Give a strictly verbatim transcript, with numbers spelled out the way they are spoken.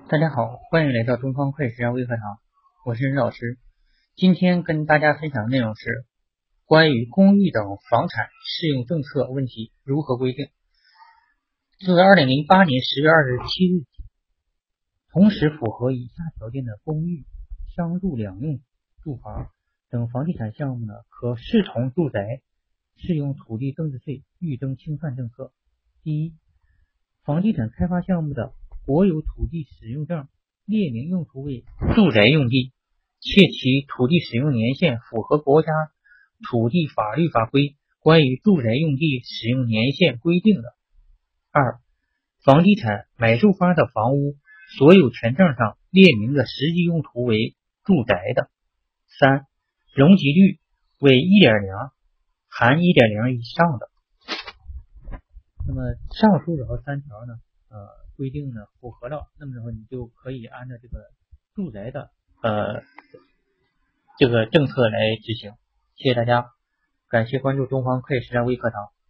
大家好，欢迎来到东方快时尚微课堂，我是任老师。今天跟大家分享的内容是关于公寓等房产适用政策问题如何规定。自二零零八年十月二十七日起，同时符合以下条件的公寓、商住两用住房等房地产项目呢，可视同住宅，适用土地增值税预征清算政策。第一，房地产开发项目的国有土地使用证列明用途为住宅用地，且其土地使用年限符合国家土地法律法规关于住宅用地使用年限规定的。二、房地产买受方的房屋所有权证上列明的实际用途为住宅的。三、容积率为 一点零 含 一点零 以上的。那么上述这三条呢呃规定呢符合了，那么你就可以按照这个住宅的呃这个政策来执行。谢谢大家，感谢关注东方快时尚微课堂。